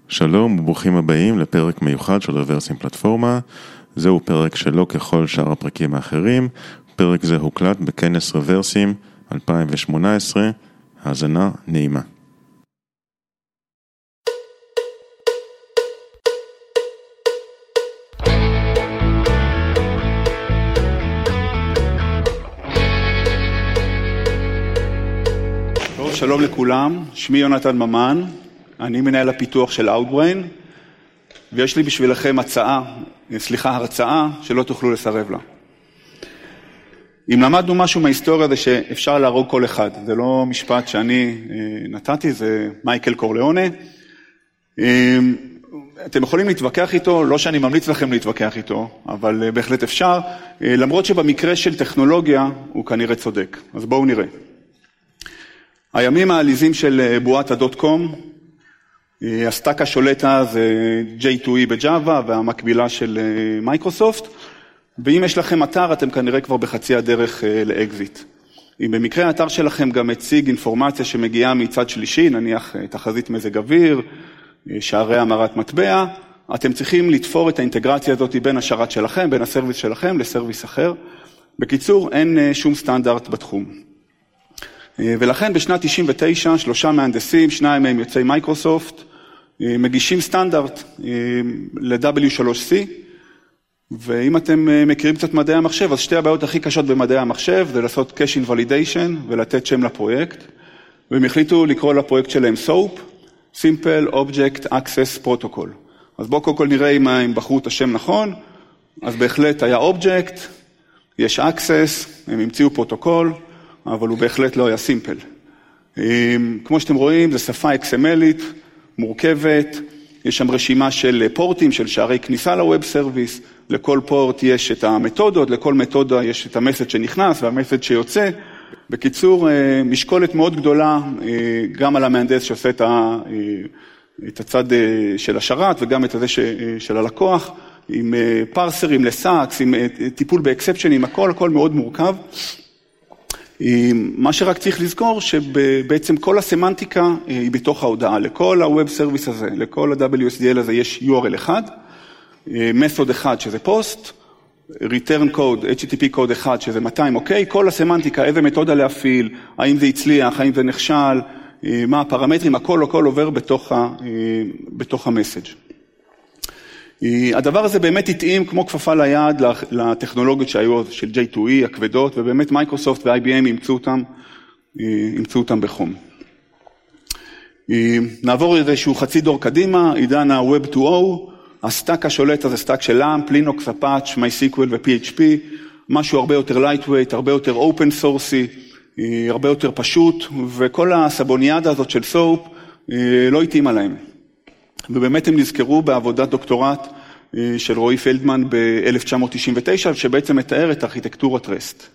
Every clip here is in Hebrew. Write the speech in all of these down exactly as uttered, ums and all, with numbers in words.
שלום וברוכים הבאים לפרק מיוחד של רוורסים פלטפורמה. זהו פרק שלא ככל שאר הפרקים האחרים. פרק זה הוקלט בכנס רוורסים אלפיים שמונה עשרה. האזנה נעימה. טוב, שלום לכולם, שמי יונתן ממן. אני מנהל הפיתוח של Outbrain, ויש לי בשבילכם הצעה, סליחה, הרצאה שלא תוכלו לסרב לה. אם למדנו משהו מההיסטוריה זה שאפשר להרוג כל אחד, זה לא משפט שאני נתתי, זה מייקל קורליאונה. אתם יכולים להתווכח איתו, לא שאני ממליץ לכם להתווכח איתו, אבל בהחלט אפשר, למרות שבמקרה של טכנולוגיה הוא כנראה צודק. אז בואו נראה. הימים העליזים של בועת הדוט קום, הסטאק השולטה זה ג'יי טו אי בג'אווה והמקבילה של מייקרוסופט, ואם יש לכם אתר אתם כנראה כבר בחצי הדרך לאקזיט. אם במקרה האתר שלכם גם מציג אינפורמציה שמגיעה מצד שלישי, נניח תחזית מזג אוויר, שערי המרת מטבע, אתם צריכים לתפור את האינטגרציה הזאת בין השרת שלכם, בין הסרוויס שלכם לסרוויס אחר. בקיצור, אין שום סטנדרט בתחום. ולכן בשנת תשעים ותשע, שלושה מהנדסים, שניים מהם יוצאי מייקרוסופט, מגישים סטנדרט ל-דאבליו שלוש סי, ואם אתם מכירים קצת מדעי המחשב, אז שתי הבעיות הכי קשות במדעי המחשב, זה לעשות cache invalidation ולתת שם לפרויקט, והם החליטו לקרוא לפרויקט שלהם סופ, Simple Object Access Protocol. אז בואו קודם כל נראה אם הם בחרו את השם נכון, אז בהחלט היה Object, יש Access, הם המציאו פרוטוקול, אבל הוא בהחלט לא היה סימפל. כמו שאתם רואים, זו שפה אקס אם אלית, מורכבת, יש שם רשימה של פורטים, של שערי כניסה לווב סרוויס, לכל פורט יש את המתודות, לכל מתודה יש את המסד שנכנס והמסד שיוצא. בקיצור, משקולת מאוד גדולה, גם על המהנדס שעושה את הצד של השרת וגם את הזה של הלקוח, עם פרסרים לסאקס, עם טיפול באקספשנים, הכל הכל מאוד מורכב. מה שרק צריך לזכור שבעצם כל הסמנטיקה היא בתוך ההודעה, לכל ה-Web Service הזה, לכל ה-דאבליו אס די אל הזה יש יו אר אל אחד, מסוד אחד שזה פוסט, return code, אייץ' טי טי פי קוד אחד שזה מאתיים, אוקיי, כל הסמנטיקה, איזה מתודה להפעיל, האם זה הצליח, האם זה נכשל, מה הפרמטרים, הכל הכל עובר בתוך, ה, בתוך המסאג'. הדבר הזה באמת התאים כמו כפפה ליד לטכנולוגיות שהיו של ג'יי טו אי, הכבדות, ובאמת מייקרוסופט ו-איי בי אם ימצאו אותם, ימצאו אותם בחום. נעבור איזשהו חצי דור קדימה, עידן ה-Web טו או, הסטאק השולט הזה סטאק של לאמפ, לינוקס, אפאץ', MySQL ו-פי אייץ' פי, משהו הרבה יותר lightweight, הרבה יותר open source, הרבה יותר פשוט, וכל הסבוניאדה הזאת של סופ לא התאימה להם. ובאמת הם נזכרו בעבודת דוקטורט של רועי פלדמן ב-אלף תשע מאות תשעים ותשע, שבעצם מתאר את ארכיטקטורת רסט.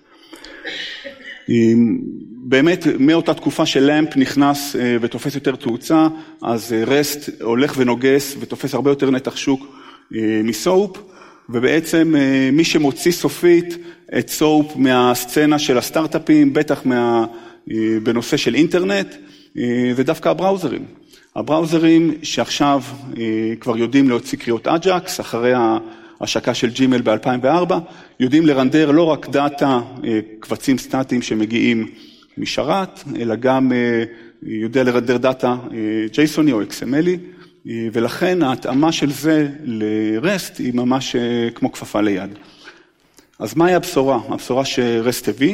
באמת, מאותה תקופה של למפ נכנס ותופס יותר תאוצה, אז רסט הולך ונוגס ותופס הרבה יותר נתח שוק מסופ, ובעצם מי שמוציא סופית את סופ מהסצנה של הסטארט-אפים, בטח מה, בנושא של אינטרנט, זה דווקא הבראוזרים. הבראוזרים שעכשיו כבר יודעים להוציא קריאות אג'קס, אחרי ההשקה של ג'ימל ב-אלפיים וארבע, יודעים לרנדר לא רק דאטה, קבצים סטטיים שמגיעים משרת, אלא גם יודע לרנדר דאטה ג'ייסוני או אקס אם אלי, ולכן ההתאמה של זה לרסט היא ממש כמו כפפה ליד. אז מהי הבשורה? הבשורה שרסט הביא.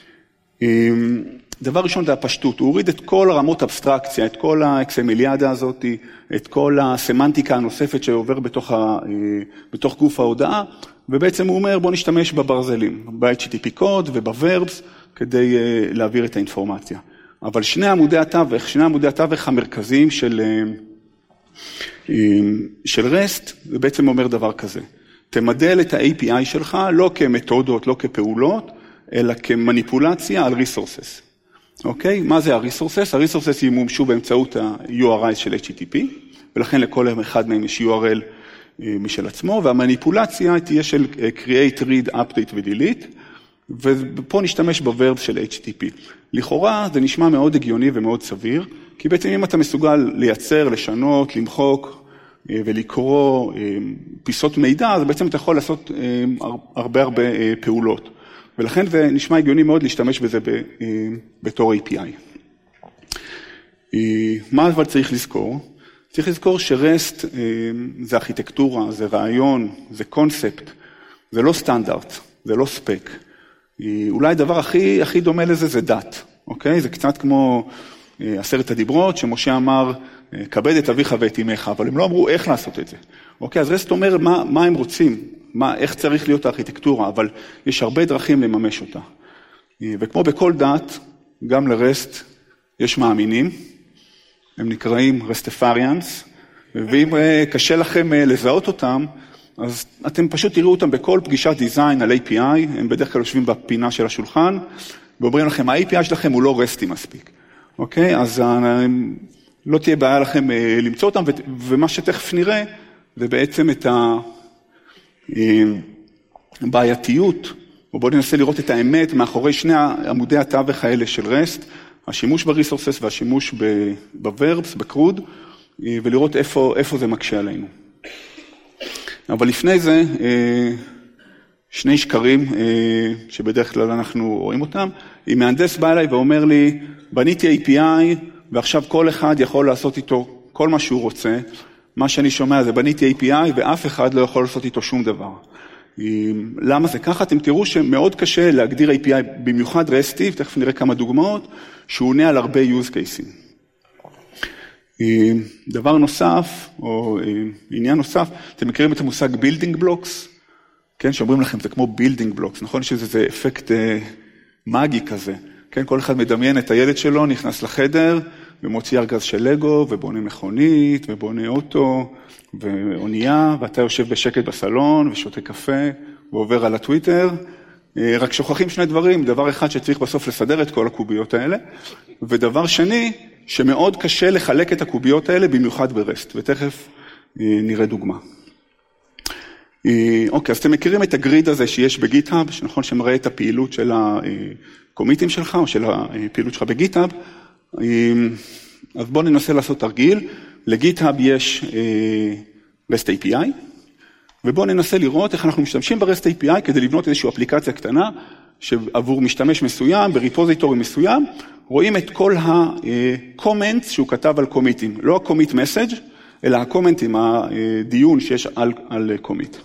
דבר ראשון זה הפשטות, הוא הוריד את כל רמות אבסטרקציה, את כל האקסמיליאדה הזאת, את כל הסמנטיקה הנוספת שעובר בתוך, ה, בתוך גוף ההודעה, ובעצם הוא אומר בוא נשתמש בברזלים, ב-אייץ' טי טי פי קוד ובוורבס, כדי להעביר את האינפורמציה. אבל שני עמודי התווך, שני עמודי התווך המרכזיים של, של רסט, זה בעצם אומר דבר כזה, תמדל את ה-איי פי איי שלך לא כמתודות, לא כפעולות, אלא כמניפולציה על resources. אוקיי? מה זה ה-resources? ה-resources ימומשו באמצעות ה-יו אר איי של אייץ' טי טי פי, ולכן לכל אחד מהם יש יו אר אל משל עצמו, והמניפולציה תהיה של create, read, update ו-delete, ופה נשתמש בוורב של אייץ' טי טי פי. לכאורה זה נשמע מאוד הגיוני ומאוד סביר, כי בעצם אם אתה מסוגל לייצר, לשנות, למחוק, ולקרוא פיסות מידע, אז בעצם אתה יכול לעשות הרבה הרבה פעולות. ולכן זה נשמע הגיוני מאוד להשתמש בזה בתור איי פי איי. מה אבל צריך לזכור? צריך לזכור שרסט זה ארכיטקטורה, זה רעיון, זה קונספט, זה לא סטנדרט, זה לא ספק. אולי הדבר הכי, הכי דומה לזה זה דת, אוקיי? זה קצת כמו עשרת הדיברות, שמשה אמר, כבד את אביך ואת אמך, אבל הם לא אמרו איך לעשות את זה. אוקיי, אז רסט אומר מה, מה הם רוצים, מה, איך צריך להיות הארכיטקטורה, אבל יש הרבה דרכים לממש אותה. וכמו בכל דת, גם לרסט יש מאמינים, הם נקראים רסטפריאנס, ואם קשה לכם לזהות אותם, אז אתם פשוט תראו אותם בכל פגישת דיזיין על איי פי איי, הם בדרך כלל יושבים בפינה של השולחן, ואומרים לכם, ה-איי פי איי שלכם הוא לא רסטי מספיק. אוקיי? אז לא תהיה בעיה לכם למצוא אותם, ומה שתכף נראה, זה בעצם את הבעייתיות, או בואו ננסה לראות את האמת מאחורי שני עמודי התווך האלה של רסט, השימוש בריסורסס והשימוש בוורבס, בקרוד, ולראות איפה, איפה זה מקשה עלינו. אבל לפני זה, שני שקרים שבדרך כלל אנחנו רואים אותם, אם מהנדס בא אליי ואומר לי, בניתי איי פי איי, ועכשיו כל אחד יכול לעשות איתו כל מה שהוא רוצה, מה שאני שומע זה בניתי איי פי איי, ואף אחד לא יכול לעשות איתו שום דבר. למה זה ככה? אתם תראו שמאוד קשה להגדיר איי פי איי, במיוחד רסטי, ותכף נראה כמה דוגמאות, שהוא עונה על הרבה use cases. דבר נוסף, או עניין נוסף, אתם מכירים את המושג building blocks? כן, שאומרים לכם, זה כמו building blocks, נכון שזה אפקט מגי כזה. כן, כל אחד מדמיין את הילד שלו, נכנס לחדר, ומוציא ארגז של לגו, ובונה מכונית, ובונה אוטו, ואונייה, ואתה יושב בשקט בסלון, ושותה קפה, ועובר על הטוויטר. רק שוכחים שני דברים, דבר אחד שצריך בסוף לסדר את כל הקוביות האלה, ודבר שני, שמאוד קשה לחלק את הקוביות האלה, במיוחד ברסט, ותכף נראה דוגמה. אוקיי, אז אתם מכירים את הגריד הזה שיש בגיטהאב, שנכון שמראה את הפעילות של הקומיטים שלך, או של הפעילות שלך בגיטהאב, אז בואו ננסה לעשות תרגיל. לגיטהאב יש רסט איי פי איי, ובואו ננסה לראות איך אנחנו משתמשים ברסט איי פי איי כדי לבנות איזושהי אפליקציה קטנה, שעבור משתמש מסוים, בריפוזיטורי מסוים, רואים את כל ה-comments שהוא כתב על קומיטים, לא ה-commit message, אלא ה-comments, הדיון שיש על, על commit.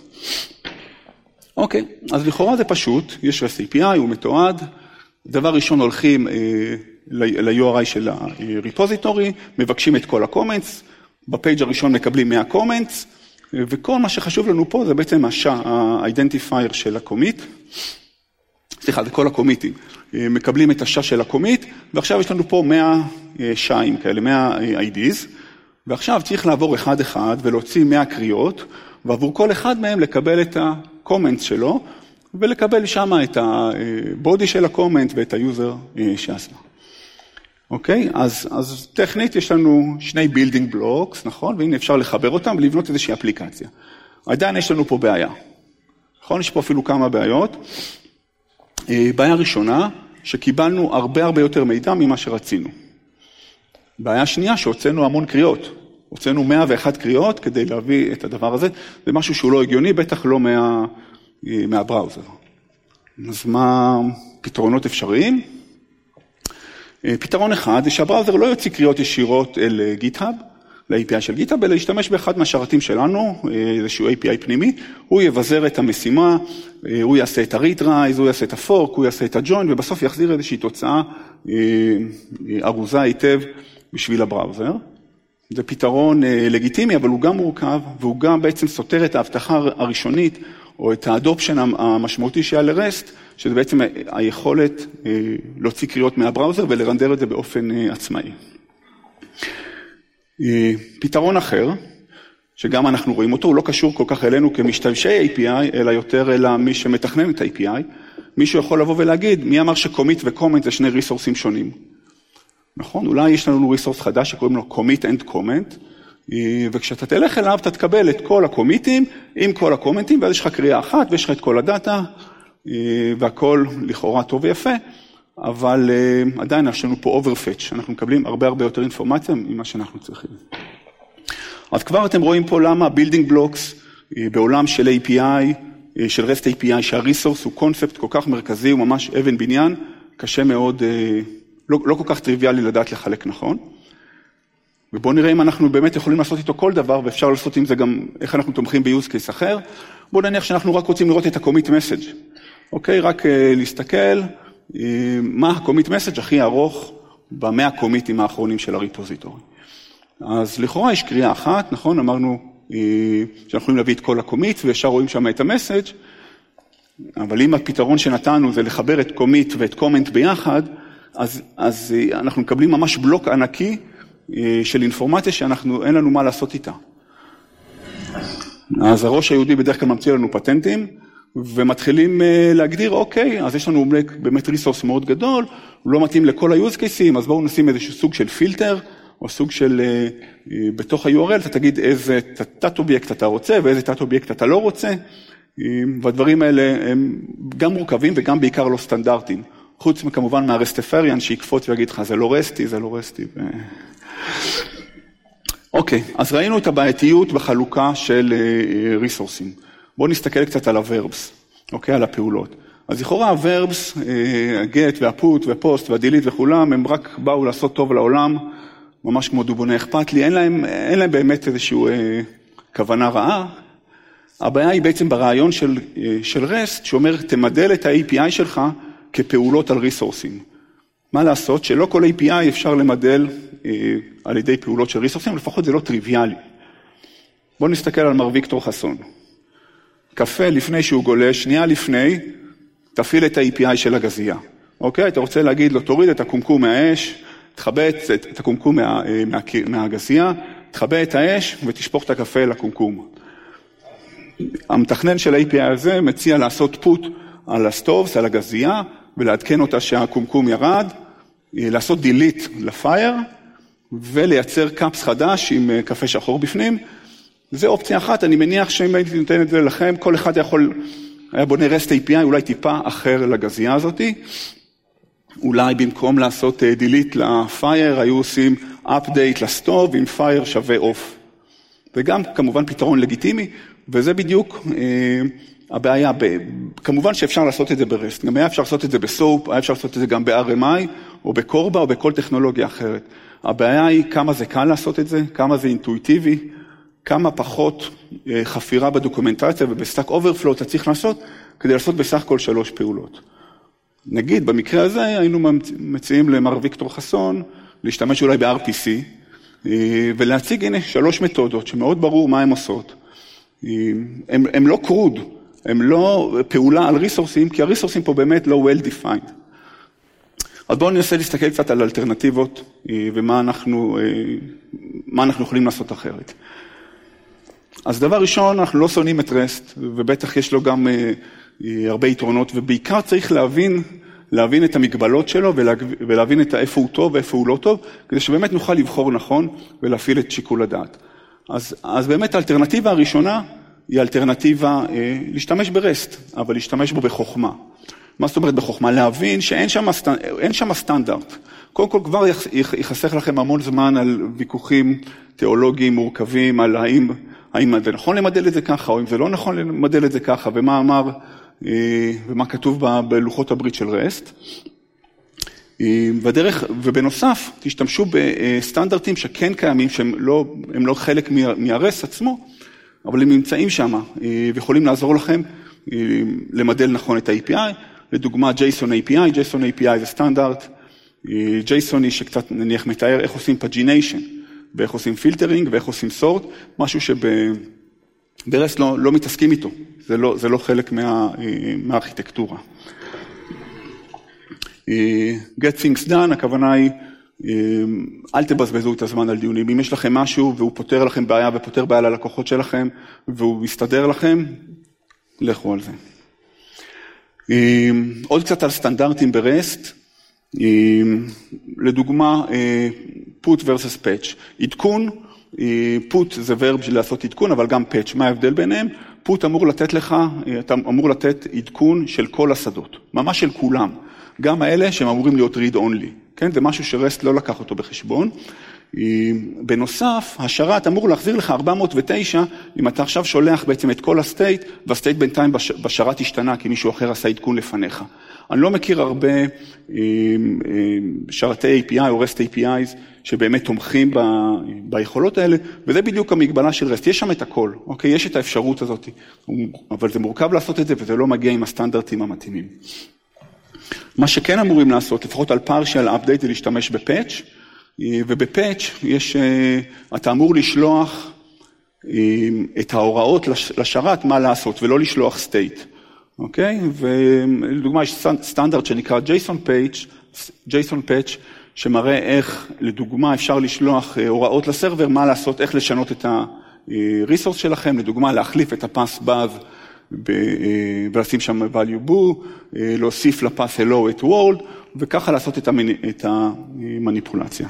אוקיי, אז לכאורה זה פשוט, יש רסט איי פי איי, הוא מתועד, דבר ראשון הולכים ל-יו אר איי של הריפוזיטורי, מבקשים את כל ה-comments, בפייג' הראשון מקבלים מאה comments, וכל מה שחשוב לנו פה זה בעצם ה-identifier של הקומיט, סליחה, זה כל הקומיטים, מקבלים את השעה של הקומיט, ועכשיו יש לנו פה מאה שעים כאלה, מאה איי דיז, ועכשיו צריך לעבור אחד אחד ולהוציא מאה קריאות, ועבור כל אחד מהם לקבל את הקומנט שלו, ולקבל שם את הבודי של הקומנט ואת היוזר שעשה. אוקיי? אז, אז טכנית יש לנו שני building blocks, נכון? והנה אפשר לחבר אותם ולבנות איזושהי אפליקציה. עדיין יש לנו פה בעיה. נכון? יש פה אפילו כמה בעיות. בעיה ראשונה, שקיבלנו הרבה הרבה יותר מידע ממה שרצינו. בעיה שנייה, שהוצאנו המון קריאות. הוצאנו מאה ואחת קריאות כדי להביא את הדבר הזה. זה משהו שהוא לא הגיוני, בטח לא מה, מהבראוזר. אז מה פתרונות אפשריים? פתרון אחד זה שהבראוזר לא יוציא קריאות ישירות אל גיטהאב, ל-איי פי איי של גיטהאב, אלא להשתמש באחד מהשרתים שלנו, איזשהו איי פי איי פנימי, הוא יבזר את המשימה, הוא יעשה את ה-read-rise, הוא יעשה את ה-fork, הוא יעשה את ה-join, ובסוף יחזיר איזושהי תוצאה ארוזה היטב בשביל הבראוזר. זה פתרון לגיטימי, אבל הוא גם מורכב, והוא גם בעצם סותר את ההבטחה הראשונית, או את האדופשן המשמעותי שהיה לרסט, שזה בעצם היכולת להוציא קריאות מהבראוזר ולרנדר את זה באופן עצמאי. פתרון אחר, שגם אנחנו רואים אותו, הוא לא קשור כל כך אלינו כמשתמשי איי פי איי, אלא יותר אל מי שמתכנן את ה-איי פי איי. מישהו יכול לבוא ולהגיד, מי אמר שקומיט וקומנט זה שני ריסורסים שונים? נכון? אולי יש לנו ריסורס חדש שקוראים לו commit and comment, וכשאתה תלך אליו, אתה תקבל את כל הקומיטים, עם כל הקומנטים, ואז יש לך קריאה אחת, ויש לך את כל הדאטה, והכל לכאורה טוב ויפה, אבל עדיין יש לנו פה overfetch, אנחנו מקבלים הרבה הרבה יותר אינפורמציה ממה שאנחנו צריכים. אז כבר אתם רואים פה למה building blocks בעולם של איי פי איי, של REST איי פי איי, שהריסורס הוא קונספט כל כך מרכזי, הוא ממש אבן בניין, קשה מאוד, לא, לא כל כך טריוויאלי לדעת לחלק נכון. ובואו נראה אם אנחנו באמת יכולים לעשות איתו כל דבר, ואפשר לעשות עם זה גם איך אנחנו תומכים ב-use case אחר. בואו נניח שאנחנו רק רוצים לראות את ה-commit message. אוקיי, רק uh, להסתכל, uh, מה ה-commit message הכי ארוך במאה קומיטים האחרונים של הריפוזיטורי. אז לכאורה יש קריאה אחת, נכון? אמרנו uh, שאנחנו יכולים להביא את כל ה-commit, וישר רואים שם את ה-message, אבל אם הפתרון שנתנו זה לחבר את commit ואת comment ביחד, אז, אז uh, אנחנו מקבלים ממש בלוק ענקי, של אינפורמציה שאנחנו, אין לנו מה לעשות איתה. אז הראש היהודי בדרך כלל ממציא לנו פטנטים, ומתחילים להגדיר, אוקיי, אז יש לנו באמת ריסורס מאוד גדול, הוא לא מתאים לכל ה-use cases, אז בואו נשים איזשהו סוג של פילטר, או סוג של, בתוך ה-יו אר אל, אתה תגיד איזה תת-אובייקט אתה רוצה, ואיזה תת-אובייקט אתה לא רוצה, והדברים האלה הם גם מורכבים, וגם בעיקר לא סטנדרטיים. חוץ מכמובן מהרסטפריאן, שיקפוץ ויגיד לך, זה לא רסטי, זה לא רסטי. ו... אוקיי, אז ראינו את הבעייתיות בחלוקה של ריסורסים. בואו נסתכל קצת על הוורבס, אוקיי, על הפעולות. אז לכאורה הוורבס, הגט והפוט והפוסט והדילית וכולם, הם רק באו לעשות טוב לעולם, ממש כמו דובוני אכפת לי, אין להם, אין להם באמת איזושהי כוונה רעה. הבעיה היא בעצם ברעיון של, של REST, שאומר, תמדל את ה-איי פי איי שלך כפעולות על ריסורסים. מה לעשות? שלא כל איי פי איי אפשר למדל אה, על ידי פעולות של ריסורסים, לפחות זה לא טריוויאלי. בואו נסתכל על מר ויקטור חסון. קפה לפני שהוא גולש, שנייה לפני, תפעיל את ה-איי פי איי של הגזייה. אוקיי? אתה רוצה להגיד לו, תוריד את הקומקום מהאש, תחבא את, את הקומקום מה, מה, מהגזייה, תחבא את האש ותשפוך את הקפה לקומקום. המתכנן של ה-איי פי איי הזה מציע לעשות פוט על הסטובס, על הגזייה, ולעדכן אותה שהקומקום ירד, לעשות דילית לפייר, ולייצר קאפס חדש עם קפה שחור בפנים. זה אופציה אחת, אני מניח שאם הייתי נותן את זה לכם, כל אחד יכול, היה בונה REST איי פי איי, אולי טיפה אחר לגזייה הזאת. אולי במקום לעשות דילית לפייר, היו עושים update לסטוב עם פייר שווה אוף. וגם כמובן פתרון לגיטימי, וזה בדיוק הבעיה. כמובן שאפשר לעשות את זה ב-REST, גם היה אפשר לעשות את זה בסופ, היה אפשר לעשות את זה גם ב-אר אם איי, או בקורבה, או בכל טכנולוגיה אחרת. הבעיה היא כמה זה קל לעשות את זה, כמה זה אינטואיטיבי, כמה פחות חפירה בדוקומנטציה ובסטאק אוברפלו אתה צריך לעשות, כדי לעשות בסך כל שלוש פעולות. נגיד, במקרה הזה היינו מציעים למר ויקטור חסון, להשתמש אולי ב-אר פי סי, ולהציג, הנה, שלוש מתודות, שמאוד ברור מה הן עושות. הם, הם לא קרוד, הם לא פעולה על ריסורסים, כי הריסורסים פה באמת לא well defined. אז בואו ננסה להסתכל קצת על אלטרנטיבות, ומה אנחנו, מה אנחנו יכולים לעשות אחרת. אז דבר ראשון, אנחנו לא שונאים את REST, ובטח יש לו גם הרבה יתרונות, ובעיקר צריך להבין, להבין את המגבלות שלו, ולהבין את איפה הוא טוב ואיפה הוא לא טוב, כדי שבאמת נוכל לבחור נכון, ולהפעיל את שיקול הדעת. אז, אז באמת האלטרנטיבה הראשונה, היא אלטרנטיבה אה, להשתמש ב-REST, אבל להשתמש בו בחוכמה. מה זאת אומרת בחוכמה? להבין שאין שם, אין שם סטנדרט. קודם כל כבר יחסך לכם המון זמן על ויכוחים תיאולוגיים מורכבים, על האם, האם זה נכון למדל את זה ככה, או אם זה לא נכון למדל את זה ככה, ומה אמר, אה, ומה כתוב ב, בלוחות הברית של REST. ודרך, ובנוסף, תשתמשו בסטנדרטים שכן קיימים, שהם לא, הם לא חלק מה-REST עצמו, אבל הם נמצאים שם, ויכולים לעזור לכם למדל נכון את ה-איי פי איי, לדוגמה JSON איי פי איי, JSON איי פי איי זה סטנדרט, JSON היא שקצת נניח מתאר איך עושים pagination, ואיך עושים פילטרינג, ואיך עושים sort, משהו שב-REST לא, לא מתעסקים איתו, זה לא, זה לא חלק מה, מהארכיטקטורה. Get things done, הכוונה היא, אל תבזבזו את הזמן על דיונים. אם יש לכם משהו והוא פותר לכם בעיה ופותר בעיה ללקוחות שלכם והוא מסתדר לכם, לכו על זה. עוד קצת על סטנדרטים ב-REST, לדוגמה, put versus patch. עדכון, put זה verb של לעשות עדכון, אבל גם patch. מה ההבדל ביניהם? put אמור לתת לך, אתה אמור לתת עדכון של כל השדות, ממש של כולם. גם האלה שהם אמורים להיות read only, כן? זה משהו שרסט לא לקח אותו בחשבון. בנוסף, השרת אמור להחזיר לך ארבע מאות ותשע, אם אתה עכשיו שולח בעצם את כל הסטייט, והסטייט בינתיים בשרת השתנה, כי מישהו אחר עשה עדכון לפניך. אני לא מכיר הרבה שרתי איי פי איי או REST איי פי איז שבאמת תומכים ב, ביכולות האלה, וזה בדיוק המגבלה של REST. יש שם את הכל, אוקיי? יש את האפשרות הזאת, אבל זה מורכב לעשות את זה, וזה לא מגיע עם הסטנדרטים המתאימים. מה שכן אמורים לעשות, לפחות על partial update, זה להשתמש בפאץ', ובפאץ' יש, אתה אמור לשלוח את ההוראות לשרת מה לעשות, ולא לשלוח state. אוקיי? ולדוגמה יש סטנדרט שנקרא JSON Page, JSON Patch, שמראה איך, לדוגמה, אפשר לשלוח הוראות לסרבר, מה לעשות, איך לשנות את ה-resource שלכם, לדוגמה, להחליף את הפס באז ולשים שם value bool, להוסיף לפס hello את world, וככה לעשות את המניפולציה.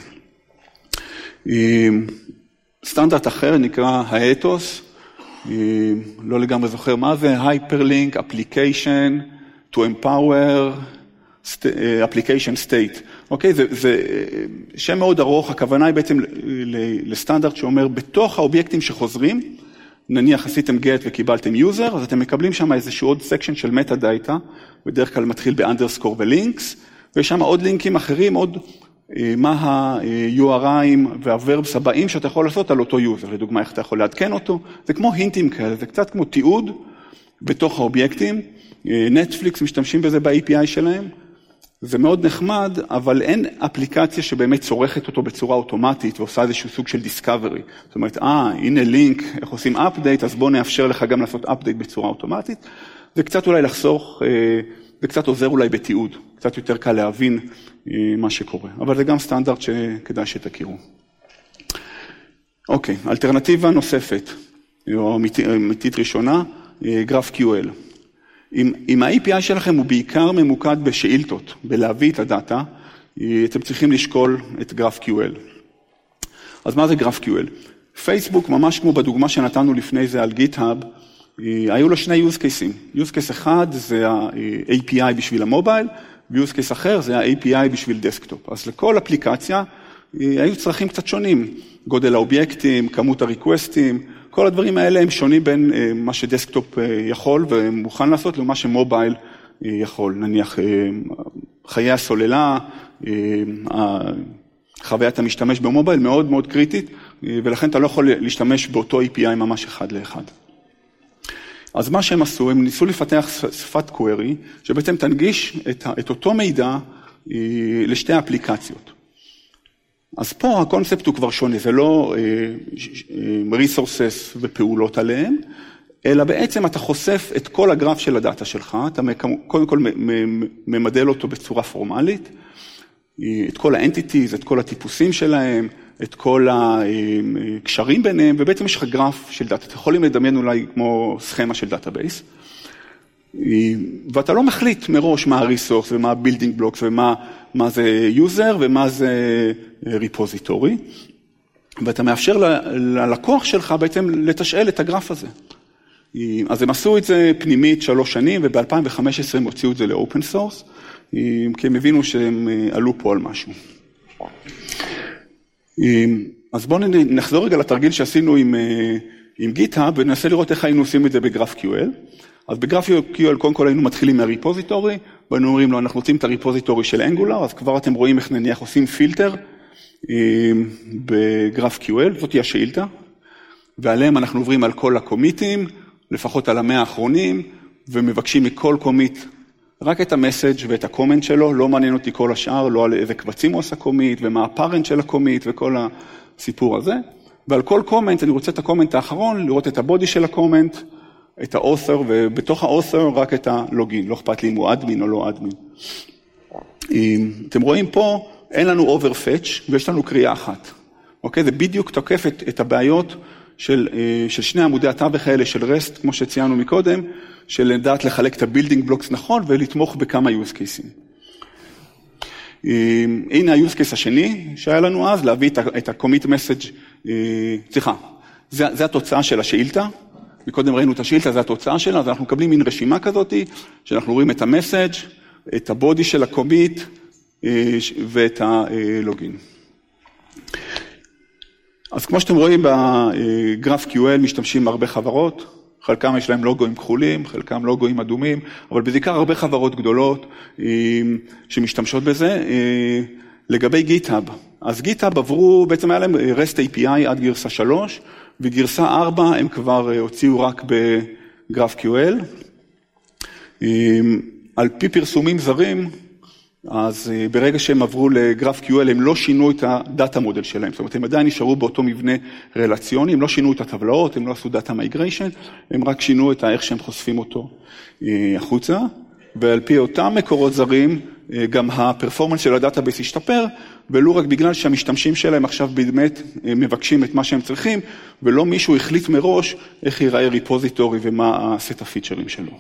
סטנדרט אחר נקרא האתוס, לא לגמרי זוכר מה זה, Hyperlink Application to Empower Application State. אוקיי, זה, זה שם מאוד ארוך, הכוונה היא בעצם לסטנדרט שאומר, בתוך האובייקטים שחוזרים, נניח עשיתם get וקיבלתם user, אז אתם מקבלים שם איזשהו עוד סקשן של מטה דאטה, בדרך כלל מתחיל באנדרסקור ולינקס, ויש שם עוד לינקים אחרים, עוד מה ה-יו אר איי וה-verbs הבאים שאתה יכול לעשות על אותו user, לדוגמה איך אתה יכול לעדכן אותו, זה כמו הינטים כאלה, זה קצת כמו תיעוד בתוך האובייקטים, נטפליקס משתמשים בזה ב-איי פי איי שלהם, זה מאוד נחמד, אבל אין אפליקציה שבאמת צורכת אותו בצורה אוטומטית, ועושה איזשהו סוג של דיסקאברי, זאת אומרת, אה, הנה לינק, איך עושים אפדייט, אז בוא נאפשר לך גם לעשות אפדייט בצורה אוטומטית, זה קצת אולי לחסוך, זה קצת עוזר אולי בתיעוד, קצת יותר קל להבין מה שקורה, אבל זה גם סטנדרט שכדאי שתכירו. אוקיי, אלטרנטיבה נוספת, או אמיתית ראשונה, GraphQL. אם, אם ה-איי פי איי שלכם הוא בעיקר ממוקד בשאילתות, בלהביא את הדאטה, אתם צריכים לשקול את GraphQL. אז מה זה GraphQL? פייסבוק, ממש כמו בדוגמה שנתנו לפני זה על GitHub, היו לו שני use cases. use case אחד זה ה-איי פי איי בשביל המובייל, ו-use case אחר זה ה-איי פי איי בשביל דסקטופ. אז לכל אפליקציה היו צרכים קצת שונים. גודל האובייקטים, כמות הריקווסטים, כל הדברים האלה הם שונים בין מה שדסקטופ יכול ומוכן לעשות למה שמובייל יכול. נניח חיי הסוללה, חוויית המשתמש במובייל מאוד מאוד קריטית, ולכן אתה לא יכול להשתמש באותו איי פי איי ממש אחד לאחד. אז מה שהם עשו, הם ניסו לפתח שפת query, שבעצם תנגיש את, את אותו מידע לשתי האפליקציות. אז פה הקונספט הוא כבר שונה, זה לא resources ופעולות עליהם, אלא בעצם אתה חושף את כל הגרף של הדאטה שלך, אתה קודם כל ממדל אותו בצורה פורמלית, את כל האנטיטיז, את כל הטיפוסים שלהם, את כל הקשרים ביניהם, ובעצם יש לך גרף של דאטה. אתם יכולים לדמיין אולי כמו סכמה של דאטאבייס, ואתה לא מחליט מראש מה הריסורס ומה הבילדינג בלוקס ומה מה זה יוזר ומה זה ריפוזיטורי, ואתה מאפשר ללקוח שלך בעצם לתשאל את הגרף הזה. אז הם עשו את זה פנימית שלוש שנים, וב-אלפיים וחמש עשרה הם הוציאו את זה לאופן סורס, כי הם הבינו שהם עלו פה על משהו. אז בואו נחזור רגע לתרגיל שעשינו עם, עם GitHub, וננסה לראות איך היינו עושים את זה ב-GraphQL. אז ב-GraphQL קודם כל היינו מתחילים מהריפוזיטורי, והיינו אומרים לו, אנחנו רוצים את הריפוזיטורי של Angular, אז כבר אתם רואים איך נניח עושים פילטר ב-GraphQL, זאת היא השאילתה, ועליהם אנחנו עוברים על כל הקומיטים, לפחות על המאה האחרונים, ומבקשים מכל קומיט רק את המסאג' ואת הקומנט שלו, לא מעניין אותי כל השאר, לא על איזה קבצים הוא עושה קומיט, ומה הפארנט של הקומיט, וכל הסיפור הזה. ועל כל קומנט, אני רוצה את הקומנט האחרון, לראות את הבודי של הקומנט, את האוסר, ובתוך האוסר רק את הלוגין, לא אכפת לי אם הוא אדמין או לא אדמין. אתם רואים פה, אין לנו overfetch, ויש לנו קריאה אחת. אוקיי? זה בדיוק תוקף את, את הבעיות של, של שני עמודי התווך האלה של REST, כמו שציינו מקודם, של לדעת לחלק את הבילדינג בלוקס נכון, ולתמוך בכמה use cases. הנה ה-use case השני שהיה לנו אז, להביא את ה-commit message, סליחה, זה, זה התוצאה של השאילתה, מקודם ראינו את השאילתה, זה התוצאה שלה, אז אנחנו מקבלים מין רשימה כזאת, שאנחנו רואים את המסאג', את הבודי של ה-commit, ואת הלוגין. אז כמו שאתם רואים ב-GraphQL משתמשים הרבה חברות, חלקם יש להם לוגוים כחולים, חלקם לוגוים אדומים, אבל בעיקר הרבה חברות גדולות שמשתמשות בזה. לגבי GitHub, אז GitHub עברו, בעצם היה להם REST איי פי איי עד גרסה שלוש, וגרסה ארבע הם כבר הוציאו רק ב-GraphQL. על פי פרסומים זרים, אז ברגע שהם עברו ל-GraphQL, הם לא שינו את הדאטה מודל שלהם. זאת אומרת, הם עדיין נשארו באותו מבנה רלציוני, הם לא שינו את הטבלאות, הם לא עשו דאטה מייגריישן, הם רק שינו את איך שהם חושפים אותו החוצה. ועל פי אותם מקורות זרים, גם הפרפורמנס של הדאטאבייס השתפר, ולא רק בגלל שהמשתמשים שלהם עכשיו באמת מבקשים את מה שהם צריכים, ולא מישהו החליט מראש איך ייראה ריפוזיטורי ומה הסט הפיצ'רים שלו.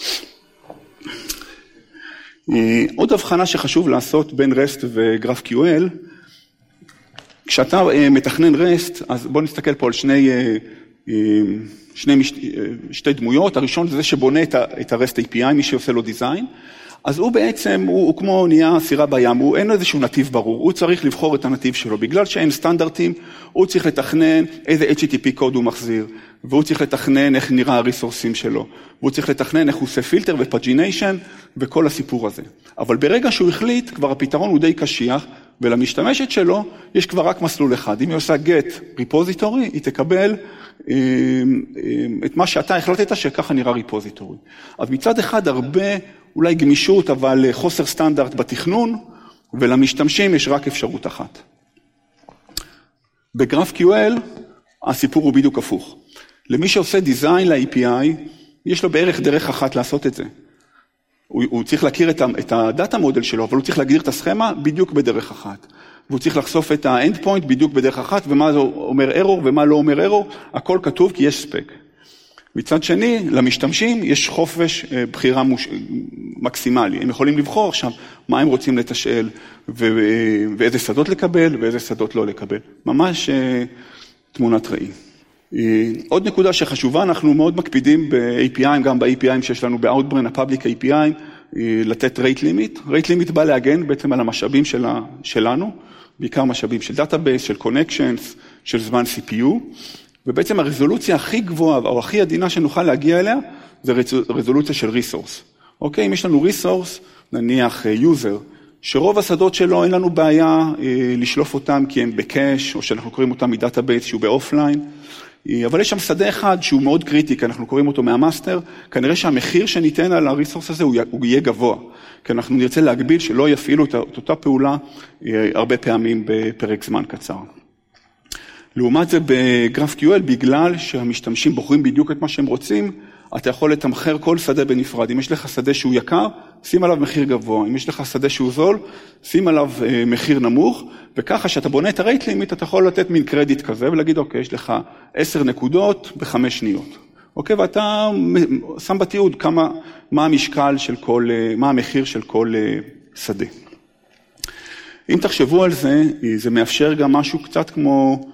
עוד הבחנה שחשוב לעשות בין REST ו-GraphQL, כשאתה מתכנן REST, אז בוא נסתכל פה על שני, שני, שתי דמויות. הראשון זה שבונה את ה-REST איי פי איי, מי שעושה לו דיזיין, אז הוא בעצם, הוא, הוא כמו נהיה סירה בים, הוא אין איזשהו נתיב ברור, הוא צריך לבחור את הנתיב שלו, בגלל שאין סטנדרטים, הוא צריך לתכנן איזה אייץ' טי טי פי קוד הוא מחזיר, והוא צריך לתכנן איך נראה הריסורסים שלו, והוא צריך לתכנן איך הוא עושה פילטר ופאגיניישן, וכל הסיפור הזה. אבל ברגע שהוא החליט, כבר הפתרון הוא די קשיח, ולמשתמשת שלו יש כבר רק מסלול אחד. אם היא עושה get repository, היא תקבל את מה שאתה החלטת שככה נראה repository. אז מצד אחד הרבה אולי גמישות, אבל חוסר סטנדרט בתכנון, ולמשתמשים יש רק אפשרות אחת. ב-GraphQL הסיפור הוא בדיוק הפוך. למי שעושה דיזיין ל-איי פי איי, יש לו בערך דרך אחת לעשות את זה. הוא, הוא צריך להכיר את, את הדאטה מודל שלו, אבל הוא צריך להגדיר את הסכמה בדיוק בדרך אחת. והוא צריך לחשוף את ה-end point בדיוק בדרך אחת, ומה זה אומר error ומה לא אומר error, הכל כתוב כי יש ספק. מצד שני, למשתמשים יש חופש בחירה מוש... מקסימלי. הם יכולים לבחור עכשיו מה הם רוצים לתשאל, ו... ואיזה שדות לקבל ואיזה שדות לא לקבל. ממש תמונת ראי. עוד נקודה שחשובה, אנחנו מאוד מקפידים ב-איי פי איי, גם ב-איי פי איי שיש לנו ב-Outbrain, ה-Public איי פי איי, לתת rate limit. rate limit בא להגן בעצם על המשאבים שלה, שלנו, בעיקר משאבים של Database, של Connections, של זמן סי פי יו, ובעצם הרזולוציה הכי גבוהה או הכי עדינה שנוכל להגיע אליה, זה רזולוציה של Resource. אוקיי? אם יש לנו Resource, נניח User, שרוב השדות שלו אין לנו בעיה לשלוף אותם כי הם בקאש, או שאנחנו קוראים אותם מדאטאבייס שהוא באופליין, אבל יש שם שדה אחד שהוא מאוד קריטי, כי אנחנו קוראים אותו מהמאסטר, כנראה שהמחיר שניתן על הריסורס הזה הוא יהיה גבוה, כי אנחנו נרצה להגביל שלא יפעילו את אותה פעולה הרבה פעמים בפרק זמן קצר. לעומת זה ב-GraphQL, בגלל שהמשתמשים בוחרים בדיוק את מה שהם רוצים, אתה יכול לתמחר כל שדה בנפרד. אם יש לך שדה שהוא יקר, שים עליו מחיר גבוה. אם יש לך שדה שהוא זול, שים עליו מחיר נמוך, וככה שאתה בונה את ה-rate limit, אתה יכול לתת מין קרדיט כזה, ולהגיד, אוקיי, יש לך עשר נקודות בחמש שניות. אוקיי, ואתה שם בתיעוד כמה, מה המשקל של כל, מה המחיר של כל שדה. אם תחשבו על זה, זה מאפשר גם משהו קצת כמו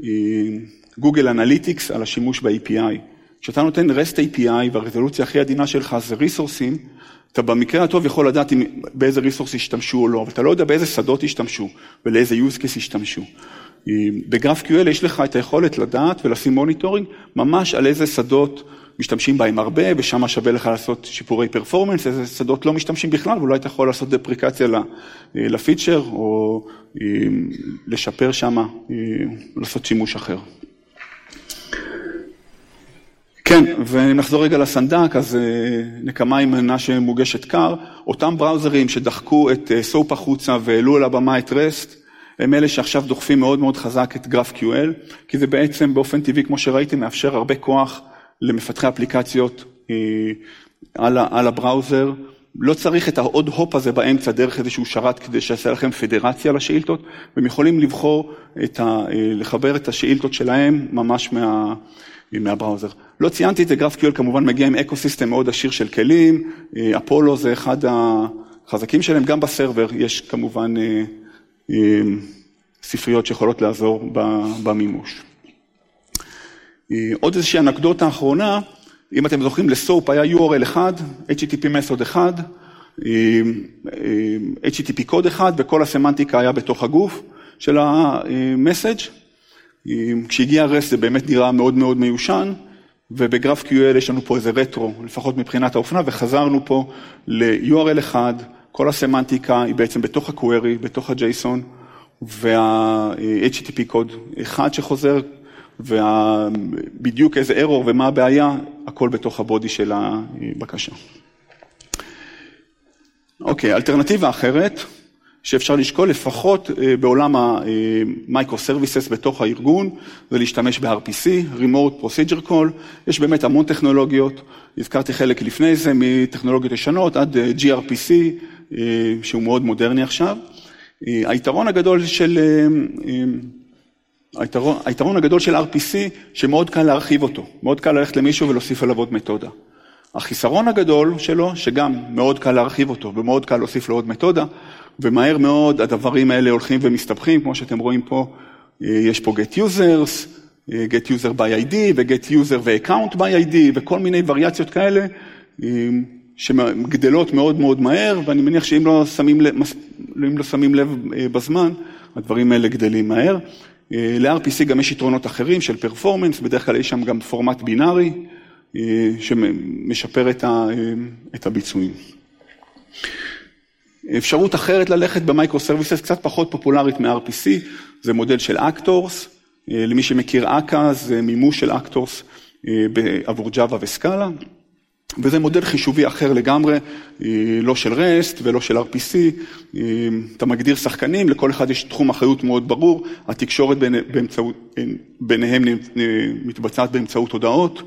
גוגל אנליטיקס על השימוש ב-איי פי איי. כשאתה נותן REST איי פי איי והרזולוציה הכי עדינה שלך זה ריסורסים, אתה במקרה הטוב יכול לדעת אם, באיזה ריסורס ישתמשו או לא, אבל אתה לא יודע באיזה שדות ישתמשו ולאיזה use case ישתמשו. ב-GraphQL יש לך את היכולת לדעת ולשים מוניטורינג ממש על איזה שדות משתמשים בהם הרבה, ושם שווה לך לעשות שיפורי פרפורמנס, איזה שדות לא משתמשים בכלל, ואולי אתה יכול לעשות דפריקציה לפיצ'ר, או לשפר שם, לעשות שימוש אחר. כן, ונחזור רגע לסנדק, אז נקמה עם מנה שמוגשת קר, אותם בראוזרים שדחקו את סופ החוצה והעלו על הבמה את REST, הם אלה שעכשיו דוחפים מאוד מאוד חזק את GraphQL, כי זה בעצם באופן טבעי, כמו שראיתם, מאפשר הרבה כוח למפתחי אפליקציות על, על הבראוזר. לא צריך את העוד הופ הזה באמצע דרך איזשהו שרת כדי שיעשה לכם פדרציה לשאילתות, והם יכולים לבחור, את ה, לחבר את השאילתות שלהם ממש מה, מהבראוזר. לא ציינתי את זה, GraphQL כמובן מגיע עם אקוסיסטם מאוד עשיר של כלים, אפולו זה אחד החזקים שלהם, גם בסרבר יש כמובן ספריות שיכולות לעזור במימוש. עוד איזושהי אנקדוטה האחרונה, אם אתם זוכרים לסופ היה יו אר אל אחד, אייץ' טי טי פי method אחד, אייץ' טי טי פי קוד אחד, וכל הסמנטיקה היה בתוך הגוף של המסאג', כשהגיע רסט זה באמת נראה מאוד מאוד מיושן, ובגרף קיו אל יש לנו פה איזה רטרו, לפחות מבחינת האופנה, וחזרנו פה ל-יו אר אל אחד, כל הסמנטיקה היא בעצם בתוך ה-query, בתוך ה-JSON, וה-אייץ' טי טי פי קוד אחד שחוזר, ובדיוק איזה error ומה הבעיה, הכל בתוך הבודי של הבקשה. אוקיי, אלטרנטיבה אחרת, שאפשר לשקול לפחות בעולם ה-microservices בתוך הארגון, זה להשתמש ב-אר פי סי, Remote Procedure Call, יש באמת המון טכנולוגיות, הזכרתי חלק לפני זה, מטכנולוגיות ישנות עד ג'י אר פי סי, שהוא מאוד מודרני עכשיו. היתרון הגדול של, היתרון, היתרון הגדול של אר פי סי, שמאוד קל להרחיב אותו, מאוד קל ללכת למישהו ולהוסיף עליו עוד מתודה. החיסרון הגדול שלו, שגם מאוד קל להרחיב אותו, ומאוד קל להוסיף לו עוד מתודה, ומהר מאוד הדברים האלה הולכים ומסתבכים, כמו שאתם רואים פה, יש פה get users, get user by איי די, ו-get user ו-account by איי די, וכל מיני וריאציות כאלה, שגדלות מאוד מאוד מהר, ואני מניח שאם לא שמים לב, אם לא שמים לב בזמן, הדברים האלה גדלים מהר. ל-אר פי סי גם יש יתרונות אחרים של פרפורמנס, בדרך כלל יש שם גם פורמט בינארי, שמשפר את הביצועים. אפשרות אחרת ללכת במייקרו-סרוויסס, קצת פחות פופולרית מ-אר פי סי, זה מודל של אקטורס, למי שמכיר אקה, זה מימוש של אקטורס עבור ג'אווה וסקאלה, וזה מודל חישובי אחר לגמרי, לא של רסט ולא של אר פי סי, אתה מגדיר שחקנים, לכל אחד יש תחום אחריות מאוד ברור, התקשורת באמצעות, ביניהם מתבצעת באמצעות הודעות,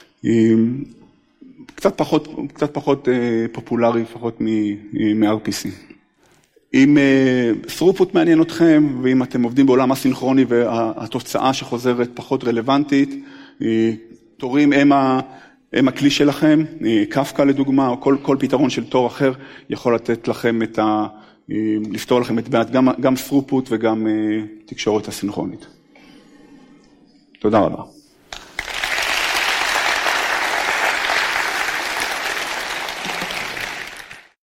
קצת פחות, קצת פחות פופולרי, לפחות מ-אר פי סי. אם throughput מעניין אתכם, ואם אתם עובדים בעולם הסינכרוני והתוצאה שחוזרת פחות רלוונטית, תורים הם, ה, הם הכלי שלכם, קפקא לדוגמה, או כל, כל פתרון של תור אחר יכול לתת לכם את ה, לפתור לכם את בעיית גם, גם throughput וגם תקשורת הסינכרונית. תודה רבה.